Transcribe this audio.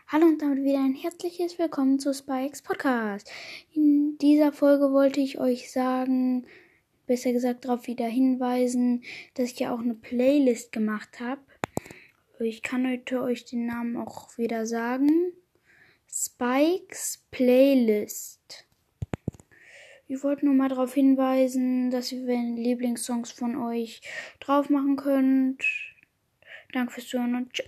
Hallo und damit wieder ein herzliches Willkommen zu Spikes Podcast. In dieser Folge wollte ich euch sagen, besser gesagt darauf wieder hinweisen, dass ich ja auch eine Playlist gemacht habe. Ich kann heute euch den Namen auch wieder sagen. Spikes Playlist. Ich wollte nur mal darauf hinweisen, dass ihr Lieblingssongs von euch drauf machen könnt. Danke fürs Zuhören und tschüss.